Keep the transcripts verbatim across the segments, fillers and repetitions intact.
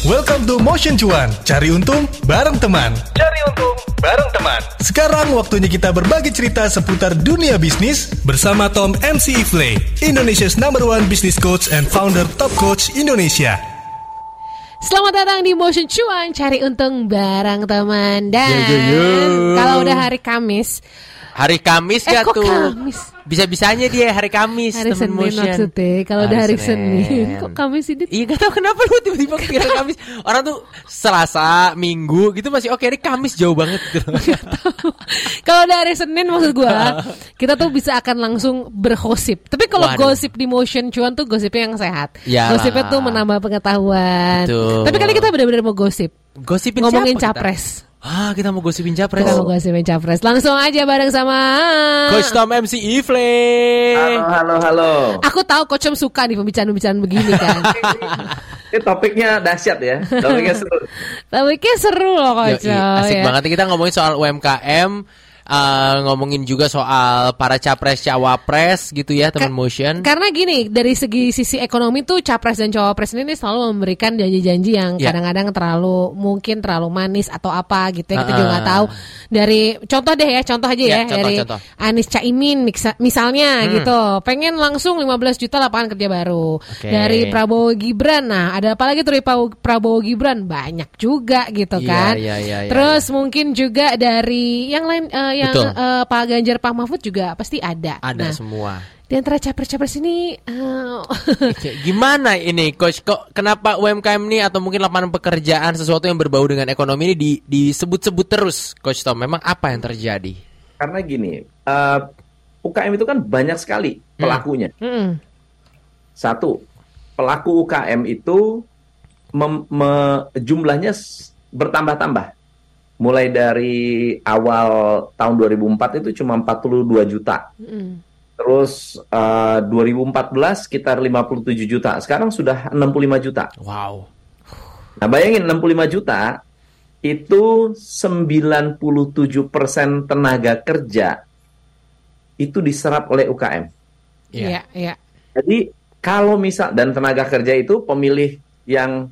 Welcome to Motion Cuan. Cari untung bareng teman. Cari untung bareng teman. Sekarang waktunya kita berbagi cerita seputar dunia bisnis bersama Tom M C Ifle, Indonesia's number one business coach and founder Top Coach Indonesia. Selamat datang di Motion Cuan, cari untung bareng teman. Dan yo, yo, yo. Kalau udah hari Kamis, hari Kamis eh, gak kok tuh? Kamis? Bisa-bisanya dia hari Kamis. Hari Senin Motion. maksudnya. Kalau udah hari Senin, Senin. Kok Kamis sih? Iya gak tau kenapa lu tiba-tiba kira Kamis. Orang tuh Selasa, Minggu gitu masih oke. Ini Kamis jauh banget gitu. Kalau udah hari Senin maksud gua, kita tuh bisa akan langsung bergosip. Tapi kalau gosip di Motion Cuan tuh gosipnya yang sehat. Yalah. Gosipnya tuh menambah pengetahuan. Betul. Tapi kali kita benar-benar mau gosip. Gosipin ngomongin siapa capres. Kita? Ah, kita mau gosipin capres. Kita mau gosipin capres. Langsung aja bareng sama Coach Tom M C Ifle. Halo, halo, halo. Aku tahu Coach Tom suka nih pembicaraan-pembicaraan begini kan. Ini topiknya dahsyat ya. Topiknya seru. Topiknya seru loh Coach. Yoi, asik ya. banget kita ngomongin soal U M K M. Uh, ngomongin juga soal para capres cawapres gitu ya teman Ka- Motion. Karena gini, dari segi sisi ekonomi tuh capres dan cawapres ini selalu memberikan janji-janji yang yeah. kadang-kadang terlalu mungkin terlalu manis atau apa gitu ya, kita uh-uh. juga nggak tahu. Dari contoh deh ya, contoh aja yeah, ya contoh, dari contoh. Anies Caimin misalnya hmm. gitu, pengen langsung lima belas juta lapangan kerja baru. Okay. Dari Prabowo Gibran, nah ada apa lagi tuh dari Prabowo Gibran, banyak juga gitu kan. Yeah, yeah, yeah, yeah, Terus yeah. mungkin juga dari yang lain uh, yang uh, Pak Ganjar, Pak Mahfud juga pasti ada. Ada nah, semua. Di antara capres-capres ini uh... gimana ini Coach? Kok kenapa U M K M ini atau mungkin lapangan pekerjaan sesuatu yang berbau dengan ekonomi ini di, disebut-sebut terus Coach Tom? Memang apa yang terjadi? Karena gini, uh, U K M itu kan banyak sekali pelakunya. Hmm. Satu, pelaku U K M itu mem- me- jumlahnya s- bertambah-tambah. Mulai dari awal tahun dua ribu empat itu cuma empat puluh dua juta. Mm. Terus uh, dua ribu empat belas sekitar lima puluh tujuh juta. Sekarang sudah enam puluh lima juta. Wow. Nah bayangin enam puluh lima juta itu sembilan puluh tujuh persen tenaga kerja itu diserap oleh U K M. Iya, iya. Jadi kalau misal, dan tenaga kerja itu pemilih yang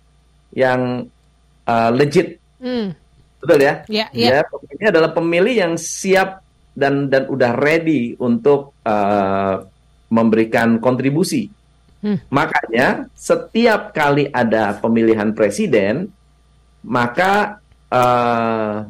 yang uh, legit. Mm. Betul ya? Iya, iya. Ya, ini adalah pemilih yang siap dan dan udah ready untuk uh, memberikan kontribusi. Hmm. Makanya setiap kali ada pemilihan presiden, maka uh,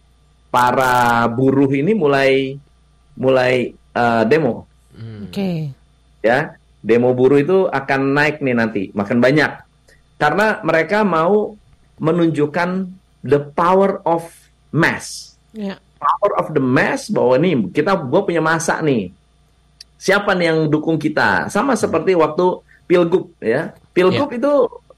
para buruh ini mulai mulai uh, demo. Hmm. Oke. Okay. Ya, demo buruh itu akan naik nih nanti, makin banyak. Karena mereka mau menunjukkan the power of mass, yeah. power of the mass, bahwa nih kita, gue punya masa nih. Siapa nih yang dukung kita? Sama seperti waktu pilgub ya, pilgub yeah. itu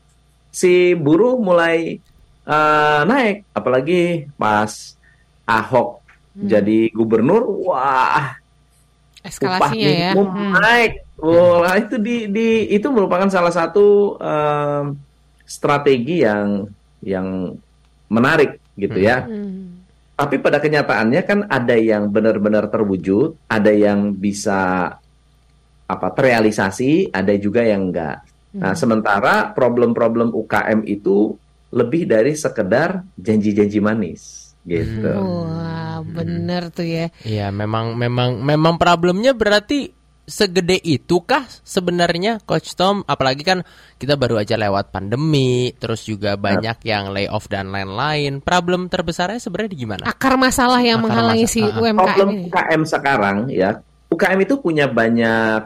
si buruh mulai uh, naik, apalagi pas Ahok hmm. jadi gubernur, wah, eskalasinya ya, hmm. naik, wah itu di, di itu merupakan salah satu uh, strategi yang yang menarik gitu ya. Hmm. Tapi pada kenyataannya kan ada yang benar-benar terwujud, ada yang bisa apa terrealisasi, ada juga yang enggak. Hmm. Nah, sementara problem-problem U K M itu lebih dari sekedar janji-janji manis gitu. Wah, bener tuh ya. Iya, memang memang memang problemnya berarti segede itu kah sebenarnya Coach Tom? Apalagi kan kita baru aja lewat pandemi, terus juga banyak yang layoff dan lain-lain. Problem terbesarnya sebenarnya di gimana? Akar masalah yang Akar menghalangi masa- si U M K M problem ini. U K M sekarang ya, U K M itu punya banyak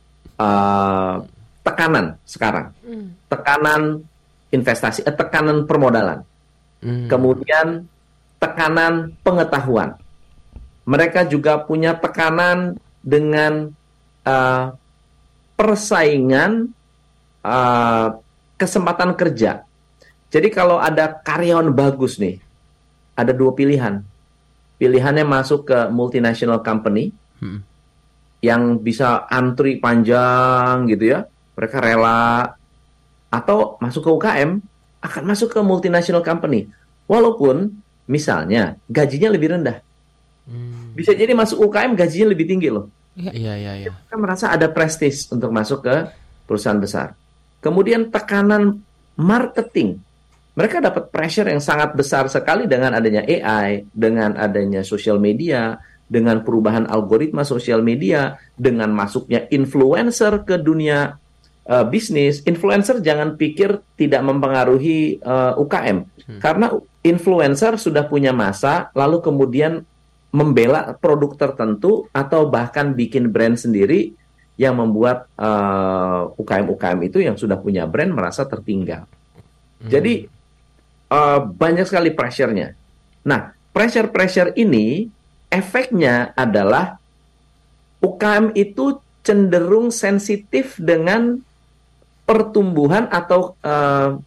uh, tekanan sekarang. Hmm. Tekanan investasi, eh, tekanan permodalan. Hmm. Kemudian tekanan pengetahuan. Mereka juga punya tekanan dengan Uh, persaingan uh, kesempatan kerja. Jadi kalau ada karyawan bagus nih, ada dua pilihan. Pilihannya masuk ke multinational company hmm. yang bisa antri panjang gitu ya, mereka rela, atau masuk ke U K M, akan masuk ke multinational company. Walaupun misalnya gajinya lebih rendah. Hmm. Bisa jadi masuk U K M gajinya lebih tinggi loh. Iya, iya, iya. Kita merasa ada prestis untuk masuk ke perusahaan besar. Kemudian tekanan marketing. mereka dapat pressure yang sangat besar sekali dengan adanya A I, dengan adanya social media, dengan perubahan algoritma sosial media, dengan masuknya influencer ke dunia uh, bisnis. Influencer jangan pikir tidak mempengaruhi uh, U K M, hmm. karena influencer sudah punya masa, lalu kemudian membela produk tertentu atau bahkan bikin brand sendiri yang membuat uh, U K M-U K M itu yang sudah punya brand merasa tertinggal. Hmm. Jadi uh, banyak sekali pressure-nya. Nah, pressure-pressure ini efeknya adalah U K M itu cenderung sensitif dengan pertumbuhan atau uh,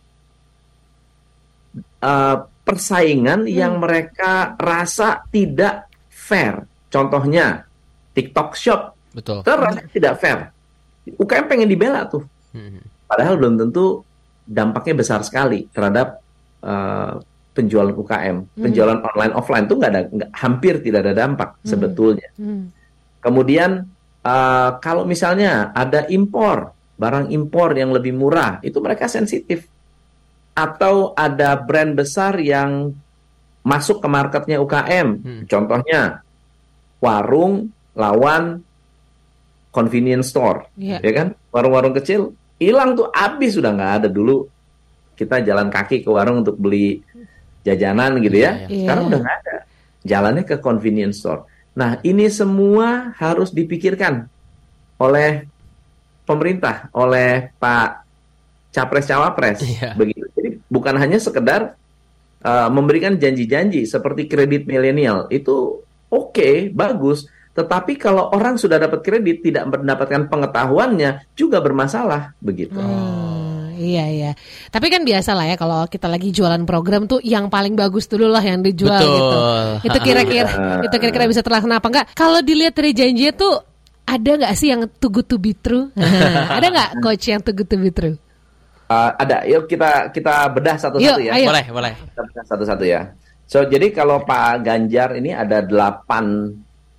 uh, persaingan hmm. yang mereka rasa tidak fair. Contohnya TikTok Shop, betul, terasa tidak fair. U K M pengen dibela tuh, hmm. padahal belum tentu dampaknya besar sekali terhadap uh, penjualan U K M. Hmm. Penjualan online offline tuh nggak ada, nggak, hampir tidak ada dampak hmm. sebetulnya. Hmm. Kemudian uh, kalau misalnya ada impor, barang impor yang lebih murah, itu mereka sensitif. Atau ada brand besar yang masuk ke marketnya U K M. Hmm. Contohnya, warung lawan convenience store. Yeah. Ya kan? Warung-warung kecil, hilang tuh, habis, sudah nggak ada. Dulu kita jalan kaki ke warung untuk beli jajanan gitu ya. Yeah. Sekarang udah nggak ada. Jalannya ke convenience store. Nah, ini semua harus dipikirkan oleh pemerintah, oleh Pak Capres-Cawapres. Yeah. Begitu. Jadi bukan hanya sekedar uh, memberikan janji-janji seperti kredit milenial, itu oke, okay, bagus, tetapi kalau orang sudah dapat kredit tidak mendapatkan pengetahuannya juga bermasalah, begitu. Hmm, iya iya. Tapi kan biasa lah ya kalau kita lagi jualan program tuh yang paling bagus dulu lah yang dijual. Betul. Gitu. Itu kira-kira itu kira-kira bisa terlaksana apa enggak? Kalau dilihat dari janjinya tuh ada nggak sih yang too good to be true? Ada nggak coach yang too good to be true? Uh, ada, yuk kita kita bedah satu-satu ya. Ayo. Boleh, boleh. Kita bedah satu-satu ya. So, jadi kalau Pak Ganjar ini ada delapan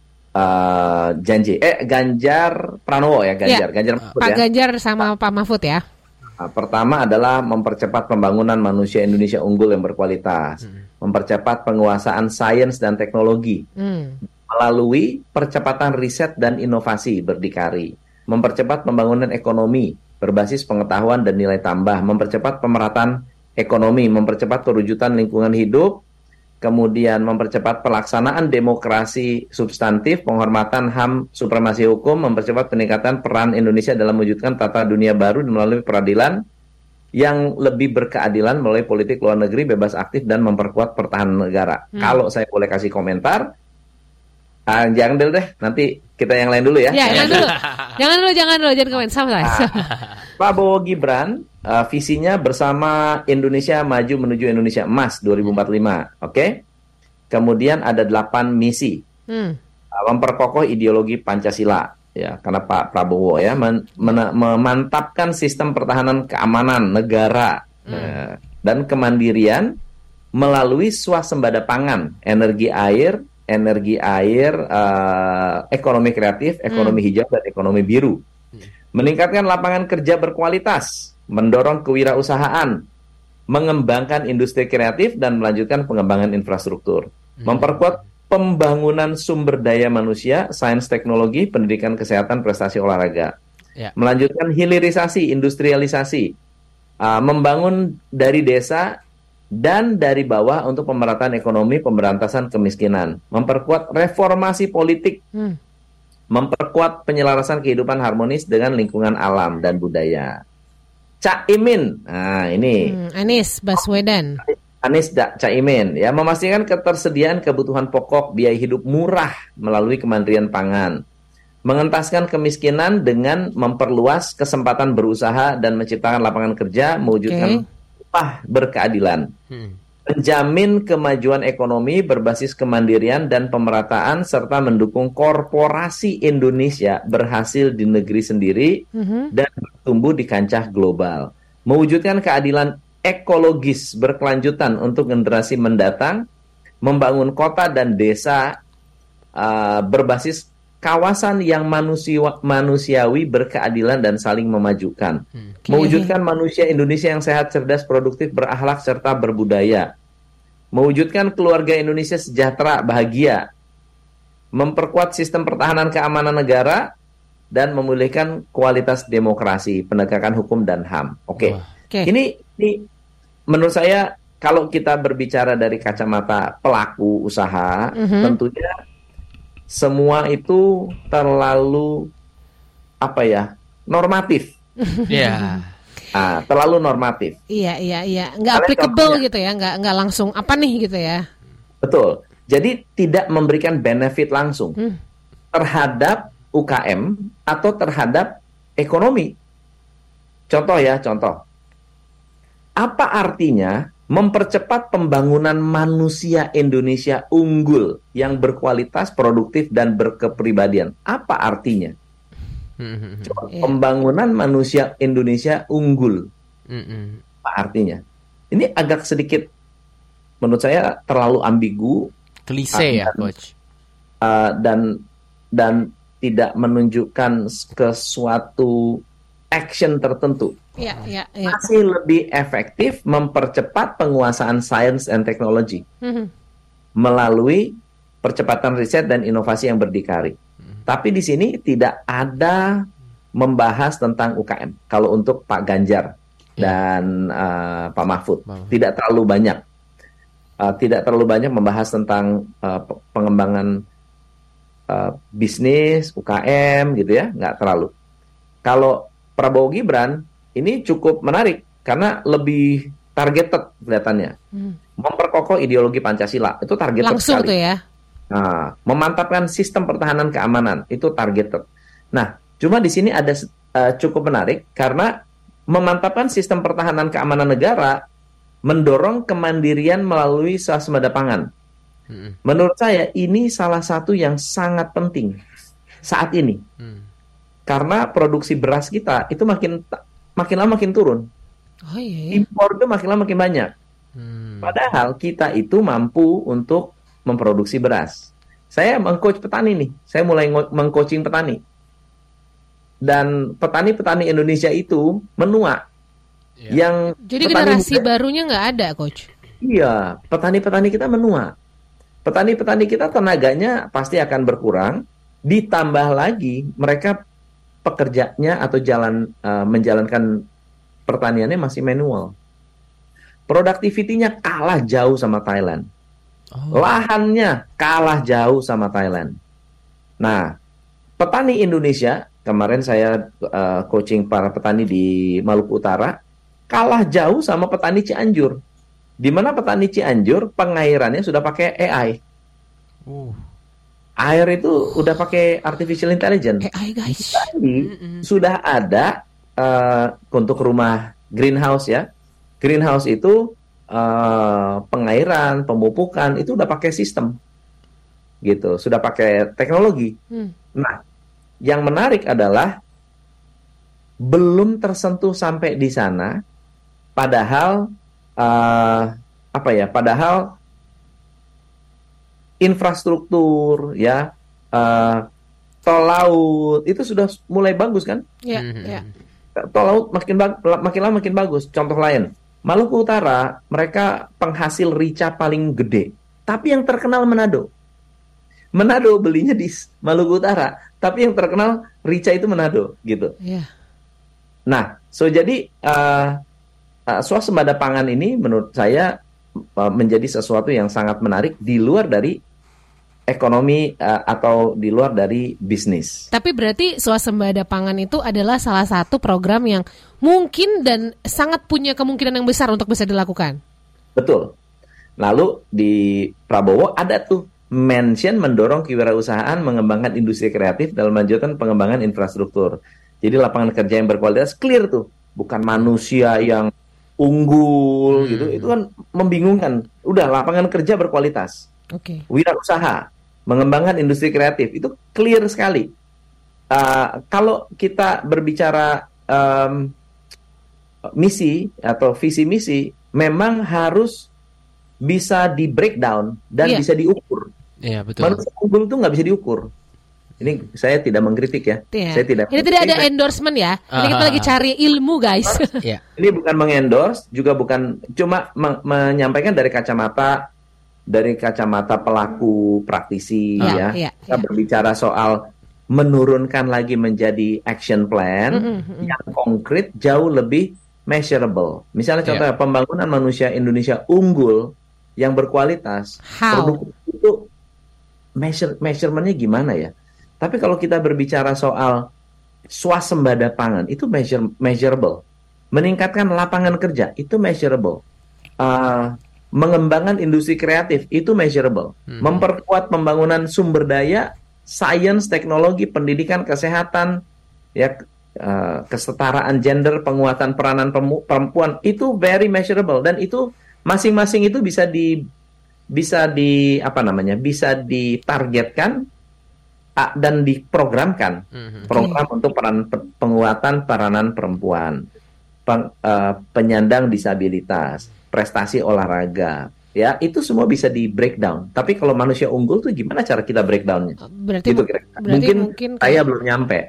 uh, janji. Eh, Ganjar Pranowo ya, Ganjar. Ya, Ganjar Mahfud, Pak ya. Ganjar sama Pak Mahfud ya. Nah, pertama adalah mempercepat pembangunan manusia Indonesia unggul yang berkualitas, hmm. mempercepat penguasaan sains dan teknologi, hmm. melalui percepatan riset dan inovasi berdikari, mempercepat pembangunan ekonomi berbasis pengetahuan dan nilai tambah, mempercepat pemerataan ekonomi, mempercepat perwujudan lingkungan hidup, kemudian mempercepat pelaksanaan demokrasi substantif, penghormatan H A M, supremasi hukum, mempercepat peningkatan peran Indonesia dalam mewujudkan tata dunia baru melalui peradilan yang lebih berkeadilan melalui politik luar negeri bebas aktif dan memperkuat pertahanan negara. Hmm. Kalau saya boleh kasih komentar, ah, jangan dulu deh, nanti kita yang lain dulu ya. Ya, jangan dulu. jangan dulu, jangan dulu, jangan komen sama saya. Nah, Prabowo Gibran uh, visinya bersama Indonesia maju menuju Indonesia emas dua ribu empat puluh lima, oke? Okay? Kemudian ada delapan misi. Hmm. Uh, memperkokoh ideologi Pancasila, ya, karena Pak Prabowo ya men- men- memantapkan sistem pertahanan keamanan negara hmm. uh, dan kemandirian melalui swasembada pangan, energi air, energi air, uh, ekonomi kreatif, ekonomi hmm. hijau, dan ekonomi biru. Meningkatkan lapangan kerja berkualitas, mendorong kewirausahaan, mengembangkan industri kreatif, dan melanjutkan pengembangan infrastruktur. Hmm. Memperkuat pembangunan sumber daya manusia, sains teknologi, pendidikan kesehatan, prestasi olahraga. Ya. Melanjutkan hilirisasi, industrialisasi, uh, membangun dari desa dan dari bawah untuk pemerataan ekonomi, pemberantasan kemiskinan, memperkuat reformasi politik, hmm. memperkuat penyelarasan kehidupan harmonis dengan lingkungan alam dan budaya. Caimin, nah ini hmm, Anies Baswedan, Anies da, Caimin, ya, memastikan ketersediaan kebutuhan pokok biaya hidup murah melalui Kementerian Pangan, mengentaskan kemiskinan dengan memperluas kesempatan berusaha dan menciptakan lapangan kerja, mewujudkan okay. upah berkeadilan, hmm. menjamin kemajuan ekonomi berbasis kemandirian dan pemerataan, serta mendukung korporasi Indonesia berhasil di negeri sendiri hmm. dan bertumbuh di kancah global, mewujudkan keadilan ekologis berkelanjutan untuk generasi mendatang, membangun kota dan desa uh, berbasis kawasan yang manusia, manusiawi, berkeadilan, dan saling memajukan. Hmm. Okay. Mewujudkan manusia Indonesia yang sehat, cerdas, produktif, berakhlak, serta berbudaya. Mewujudkan keluarga Indonesia sejahtera, bahagia. Memperkuat sistem pertahanan keamanan negara, dan memulihkan kualitas demokrasi, penegakan hukum, dan H A M. Oke, okay. okay. ini, ini menurut saya, kalau kita berbicara dari kacamata pelaku usaha, mm-hmm. tentunya semua itu terlalu apa ya normatif, ya, yeah. nah, terlalu normatif. Iya iya iya, nggak applicable gitu ya, nggak nggak langsung apa nih gitu ya. Betul. Jadi tidak memberikan benefit langsung hmm. terhadap U K M atau terhadap ekonomi. Contoh ya, contoh. Apa artinya mempercepat pembangunan manusia Indonesia unggul yang berkualitas, produktif, dan berkepribadian? Apa artinya? Coba, yeah. Pembangunan manusia Indonesia unggul. Mm-mm. Apa artinya? Ini agak sedikit, menurut saya terlalu ambigu, klise ya, Coach. Uh, dan dan tidak menunjukkan ke suatu action tertentu. Ya, ya, ya. Masih lebih efektif mempercepat penguasaan sains dan teknologi mm-hmm. melalui percepatan riset dan inovasi yang berdikari. Mm-hmm. Tapi di sini tidak ada membahas tentang U K M. Kalau untuk Pak Ganjar yeah. dan uh, Pak Mahfud, Mahfud, tidak terlalu banyak, uh, tidak terlalu banyak membahas tentang uh, pengembangan uh, bisnis U K M, gitu ya, nggak terlalu. Kalau Prabowo Gibran ini cukup menarik karena lebih targeted kelihatannya. Hmm. Memperkokoh ideologi Pancasila, itu targeted langsung sekali. Tuh ya. Nah, memantapkan sistem pertahanan keamanan, itu targeted. Nah, cuma di sini ada uh, cukup menarik karena memantapkan sistem pertahanan keamanan negara mendorong kemandirian melalui swasembada pangan. Hmm. Menurut saya ini salah satu yang sangat penting saat ini. Hmm. Karena produksi beras kita itu makin makin lama makin turun. Oh, iya, iya. Impor itu makin lama makin banyak. Hmm. Padahal kita itu mampu untuk memproduksi beras. Saya meng-coach petani nih. Saya mulai meng-coaching petani. Dan petani-petani Indonesia itu menua. Yeah. Yang jadi generasi muda, barunya nggak ada, Coach? Iya, petani-petani kita menua. Petani-petani kita tenaganya pasti akan berkurang. Ditambah lagi mereka pekerjanya atau jalan uh, menjalankan pertaniannya masih manual. Produktivitinya kalah jauh sama Thailand. Oh. Lahannya kalah jauh sama Thailand. Nah, petani Indonesia, kemarin saya uh, coaching para petani di Maluku Utara, kalah jauh sama petani Cianjur. Di mana petani Cianjur pengairannya sudah pakai A I. Uh. Air itu udah pakai artificial intelligence. A I, guys. Jadi sudah ada uh, untuk rumah greenhouse ya. Greenhouse itu uh, pengairan, pemupukan itu udah pakai sistem, gitu. Sudah pakai teknologi. Hmm. Nah, yang menarik adalah belum tersentuh sampai di sana. Padahal uh, apa ya? Padahal infrastruktur ya, uh, tol laut itu sudah mulai bagus kan? Iya. Mm-hmm. Ya. Tol laut makin bag- makin lama makin bagus. Contoh lain, Maluku Utara mereka penghasil rica paling gede, tapi yang terkenal Manado. Manado belinya di Maluku Utara, tapi yang terkenal rica itu Manado, gitu. Yeah. Nah, so jadi uh, uh, swasembada pangan ini menurut saya uh, menjadi sesuatu yang sangat menarik di luar dari ekonomi uh, atau di luar dari bisnis. Tapi berarti swasembada pangan itu adalah salah satu program yang mungkin dan sangat punya kemungkinan yang besar untuk bisa dilakukan. Betul. Lalu di Prabowo ada tuh mention mendorong kewirausahaan, mengembangkan industri kreatif dalam melanjutkan pengembangan infrastruktur. Jadi lapangan kerja yang berkualitas clear tuh, bukan manusia yang unggul hmm. gitu. Itu kan membingungkan. Udah lapangan kerja berkualitas. Oke. Okay. Wirausaha, mengembangkan industri kreatif itu clear sekali. Uh, kalau kita berbicara um, misi atau visi misi, memang harus bisa di breakdown dan yeah. bisa diukur. Iya yeah, betul. Manusia unggul itu nggak bisa diukur. Ini saya tidak mengkritik ya. Yeah. Saya tidak. Ini tidak ada endorsement ya. Ini kita lagi cari ilmu guys. Yeah. Ini bukan mengendorse, juga bukan, cuma men- menyampaikan dari kacamata dari kacamata pelaku praktisi yeah, ya. Yeah, kita yeah. berbicara soal menurunkan lagi menjadi action plan mm-hmm. yang konkret, jauh lebih measurable. Misalnya contohnya yeah. pembangunan manusia Indonesia unggul yang berkualitas. How? Produk itu measure measurementnya gimana ya? Tapi kalau kita berbicara soal swasembada pangan, itu measure, measurable. Meningkatkan lapangan kerja, itu measurable. Uh, mengembangkan industri kreatif, itu measurable. Hmm. Memperkuat pembangunan sumber daya, sains, teknologi, pendidikan, kesehatan, ya, uh, kesetaraan gender, penguatan peranan perempuan, itu very measurable. Dan itu masing-masing itu bisa di bisa di apa namanya? bisa ditargetkan dan diprogramkan mm-hmm. program okay. untuk peran penguatan peranan perempuan, peng, uh, penyandang disabilitas, prestasi olahraga, ya itu semua bisa di breakdown. Tapi kalau manusia unggul tuh gimana cara kita breakdownnya? Berarti, gitu, kira-kira. berarti mungkin, mungkin saya kayak... belum nyampe.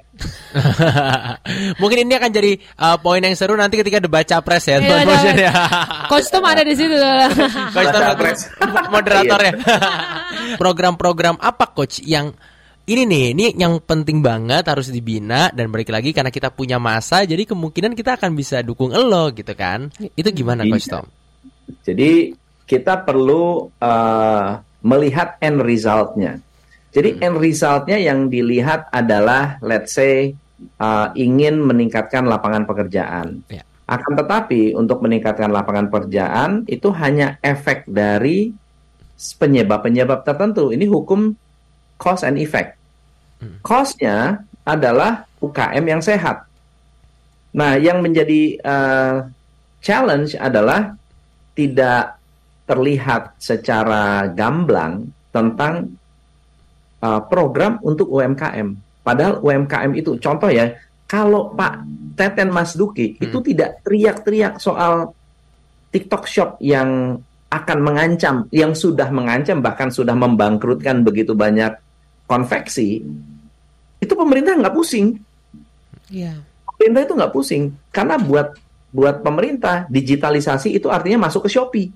Mungkin ini akan jadi uh, poin yang seru nanti ketika debat capres ya. Ya, Coach Tom ada di situ. Coach Tom moderatornya. Program-program apa Coach yang ini nih, ini yang penting banget harus dibina, dan balik lagi karena kita punya masa, jadi kemungkinan kita akan bisa dukung elo gitu kan. Itu gimana Coach Tom? Jadi kita perlu uh, melihat end result-nya. Jadi hmm. end result-nya yang dilihat adalah let's say uh, ingin meningkatkan lapangan pekerjaan. Ya. Akan tetapi untuk meningkatkan lapangan pekerjaan itu hanya efek dari penyebab-penyebab tertentu. Ini hukum cause and effect. Cost-nya adalah U K M yang sehat. Nah, yang menjadi uh, challenge adalah tidak terlihat secara gamblang tentang uh, program untuk U M K M. Padahal U M K M itu, contoh ya, kalau Pak Teten Mas Duki hmm. itu tidak teriak-teriak soal TikTok Shop yang akan mengancam, yang sudah mengancam, bahkan sudah membangkrutkan begitu banyak konveksi, itu pemerintah nggak pusing. Yeah. Pemerintah itu nggak pusing karena buat buat pemerintah digitalisasi itu artinya masuk ke Shopee.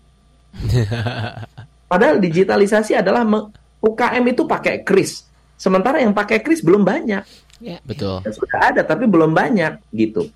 Padahal digitalisasi adalah me, U K M itu pakai kris, sementara yang pakai kris belum banyak. Yeah. Betul. Ya, sudah ada tapi belum banyak gitu.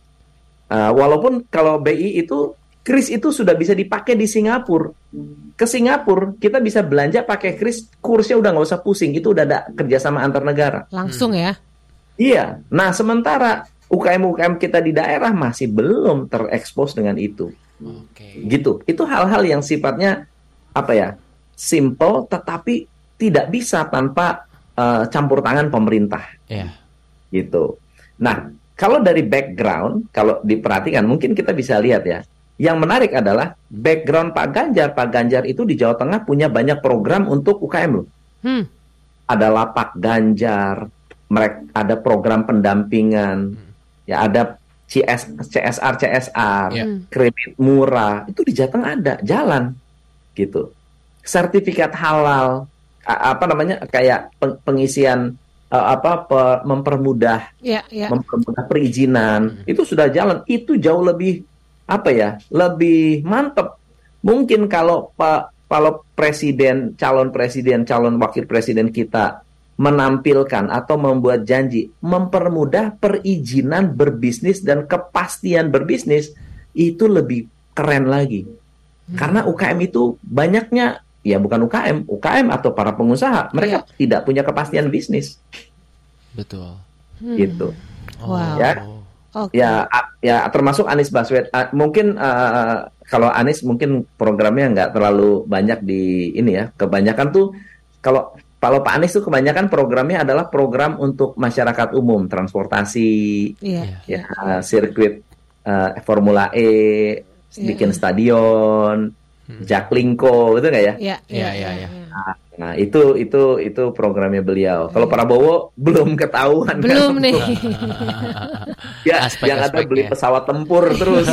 Uh, walaupun kalau B I itu kris itu sudah bisa dipakai di Singapura. Ke Singapura kita bisa belanja pakai kris, kursnya udah nggak usah pusing, itu udah ada kerjasama antar negara. Langsung hmm. ya? Iya. Nah sementara U K M U K M kita di daerah masih belum terekspos dengan itu. Okay. Gitu. Itu hal-hal yang sifatnya apa ya? Simple tetapi tidak bisa tanpa uh, campur tangan pemerintah. Yeah. Gitu. Nah kalau dari background, kalau diperhatikan mungkin kita bisa lihat ya. Yang menarik adalah background Pak Ganjar. Pak Ganjar itu di Jawa Tengah punya banyak program untuk U K M loh. Hmm. Ada Lapak Ganjar, mereka ada program pendampingan, hmm. ya ada C S, C S R C S R, yeah. kredit murah, itu di Jawa Tengah ada, jalan, gitu. Sertifikat halal, apa namanya kayak pengisian uh, apa pe, mempermudah, yeah, yeah. mempermudah perizinan, hmm. itu sudah jalan, itu jauh lebih apa ya, lebih mantap. Mungkin kalau Pak, kalau presiden, calon presiden, calon wakil presiden kita menampilkan atau membuat janji mempermudah perizinan berbisnis dan kepastian berbisnis, itu lebih keren lagi. Hmm. Karena U K M itu banyaknya, ya bukan U K M, U K M atau para pengusaha, mereka yeah. tidak punya kepastian bisnis. Betul. Hmm. Gitu. Wow. Ya. Okay. Ya, ya termasuk Anies Baswedan. Uh, mungkin uh, kalau Anies mungkin programnya nggak terlalu banyak di ini ya. Kebanyakan tuh kalau kalau Pak Anies tuh kebanyakan programnya adalah program untuk masyarakat umum, transportasi, yeah. ya uh, sirkuit uh, Formula E, yeah. bikin stadion, hmm. Jaklingko, gitu nggak ya? Iya, iya, iya. Nah, nah itu itu itu programnya beliau. Kalau Prabowo belum ketahuan. Belum kan? nih. Ya, aspek, yang ada beli pesawat tempur terus.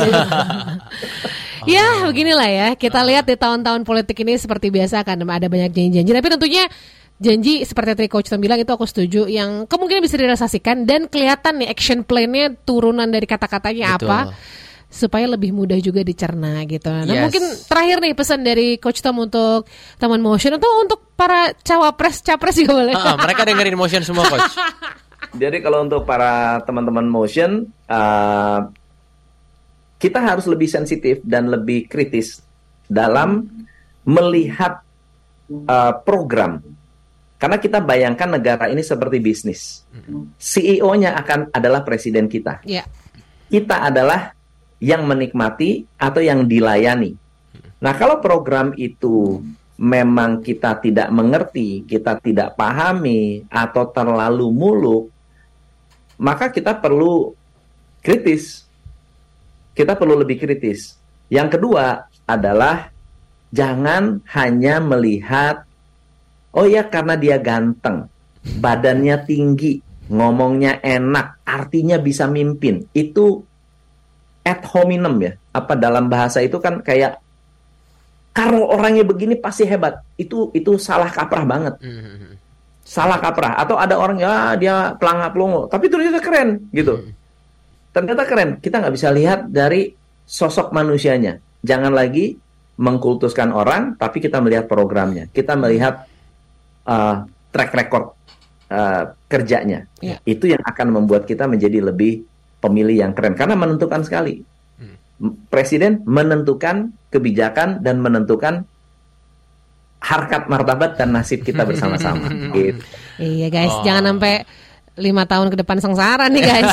Ya, beginilah ya. Kita lihat di tahun-tahun politik ini seperti biasa akan ada banyak janji-janji. Tapi tentunya janji seperti tadi Coach Tom bilang itu aku setuju, yang kemungkinan bisa direalisasikan dan kelihatan nih action plan-nya turunan dari kata-katanya Betul. apa supaya lebih mudah juga dicerna gitu. Nah Yes. mungkin terakhir nih pesan dari Coach Tom untuk teman Motion atau untuk para cawapres capres juga boleh. Ah, mereka dengerin Motion semua, Coach. Jadi kalau untuk para teman-teman Motion, uh, kita harus lebih sensitif dan lebih kritis dalam melihat uh, program. Karena kita bayangkan negara ini seperti bisnis. C E O-nya akan adalah presiden kita. Yeah. Kita adalah yang menikmati atau yang dilayani. Nah, kalau program itu memang kita tidak mengerti, kita tidak pahami, atau terlalu muluk, maka kita perlu kritis. Kita perlu lebih kritis. Yang kedua adalah jangan hanya melihat, oh ya karena dia ganteng, badannya tinggi, ngomongnya enak, artinya bisa mimpin. Itu ad hominem ya. Apa dalam bahasa itu kan kayak karena orangnya begini pasti hebat. Itu itu salah kaprah banget. Mm-hmm. Salah kaprah. Atau ada orang ya dia pelangak-pelongo, tapi ternyata keren gitu. Mm-hmm. Ternyata keren. Kita nggak bisa lihat dari sosok manusianya. Jangan lagi mengkultuskan orang, tapi kita melihat programnya. Kita melihat uh, track record uh, kerjanya. Yeah. Itu yang akan membuat kita menjadi lebih pemilih yang keren, karena menentukan sekali. hmm. Presiden menentukan kebijakan dan menentukan harkat martabat dan nasib kita bersama-sama. Gitu. Iya guys, oh. jangan sampai lima tahun ke depan sengsara nih guys.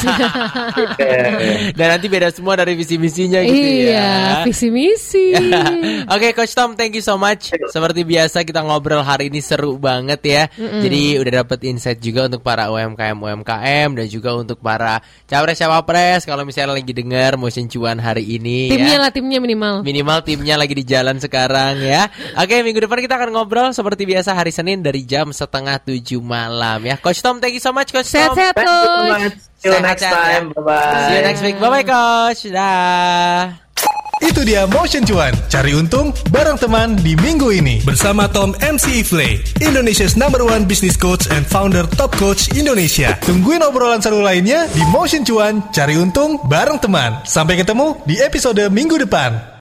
Dan nanti beda semua dari visi misinya gitu iya, ya. Iya, visi misi. Oke, okay, Coach Tom, thank you so much. Seperti biasa kita ngobrol hari ini seru banget ya. Mm-mm. Jadi udah dapet insight juga untuk para U M K M U M K M dan juga untuk para capres-cawapres kalau misalnya lagi dengar Motion Cuan hari ini. Timnya ya. lah, timnya minimal. Minimal timnya lagi di jalan sekarang ya. Oke, okay, minggu depan kita akan ngobrol seperti biasa hari Senin dari jam setengah tujuh malam ya. Coach Tom, thank you so much, Coach. Sehat-sehat, Coach. See you next time. Bye-bye. See you next week. Bye-bye, Coach. Dah. Itu dia Motion Cuan, cari untung bareng teman di minggu ini. Bersama Tom M C Iflay, Indonesia's number one business coach and founder Top Coach Indonesia. Tungguin obrolan seru lainnya di Motion Cuan, cari untung bareng teman. Sampai ketemu di episode minggu depan.